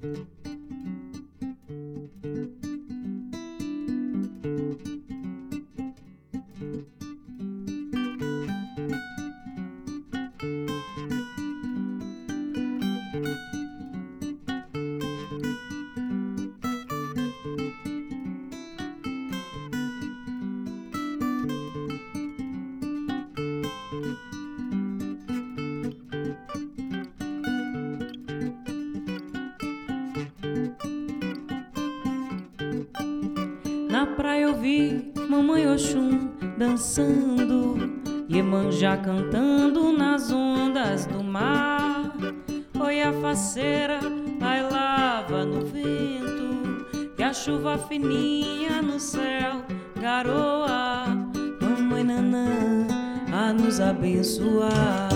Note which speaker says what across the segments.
Speaker 1: Na praia eu vi Mamãe Oxum dançando, Iemanjá cantando nas ondas do mar. Oi, a faceira bailava no vento, e a chuva fininha no céu garoa. Mamãe Nanã a nos abençoar.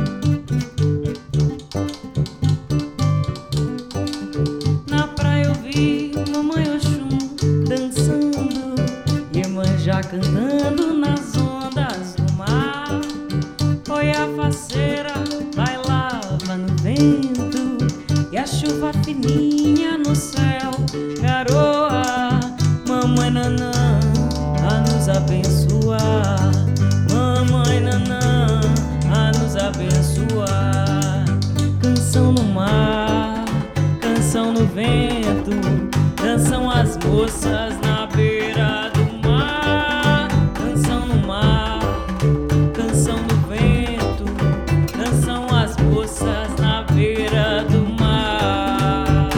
Speaker 1: Na praia eu vi Mamãe Oxum dançando, Iemanjá cantando nas ondas do mar. Oi, a faceira bailava no vento, e a chuva fininha no céu garoa. Mamãe Nanã a nos abençoar. Mamãe Nanã a nos abençoar. Canção no mar, canção no vento, dançam as moças na beira do mar. Canção no mar, canção no vento, dançam as moças na beira do mar.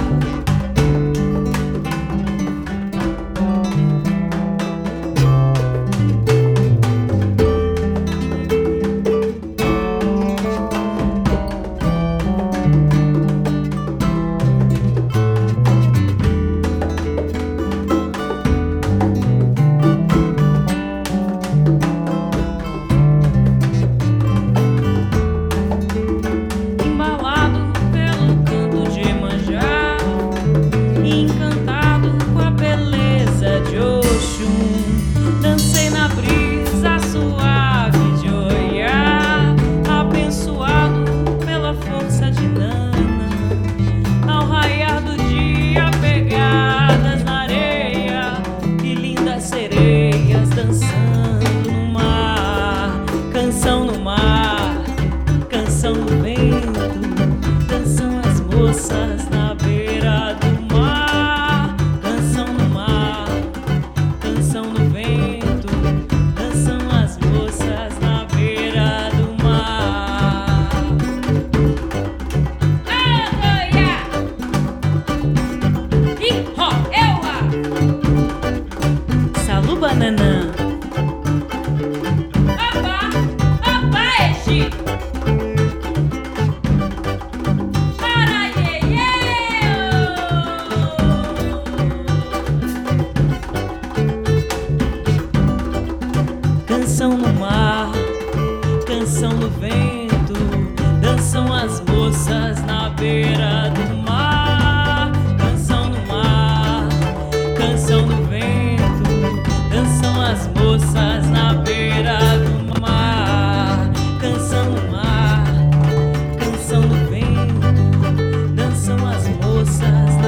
Speaker 1: Nanã. Opa, opa, Exi. Para, canção no mar, canção no vento, dançam as moças na beira do mar. Canção no mar, canção no vento, dançam as moças na beira do mar. Canção no mar, canção no vento, dançam as moças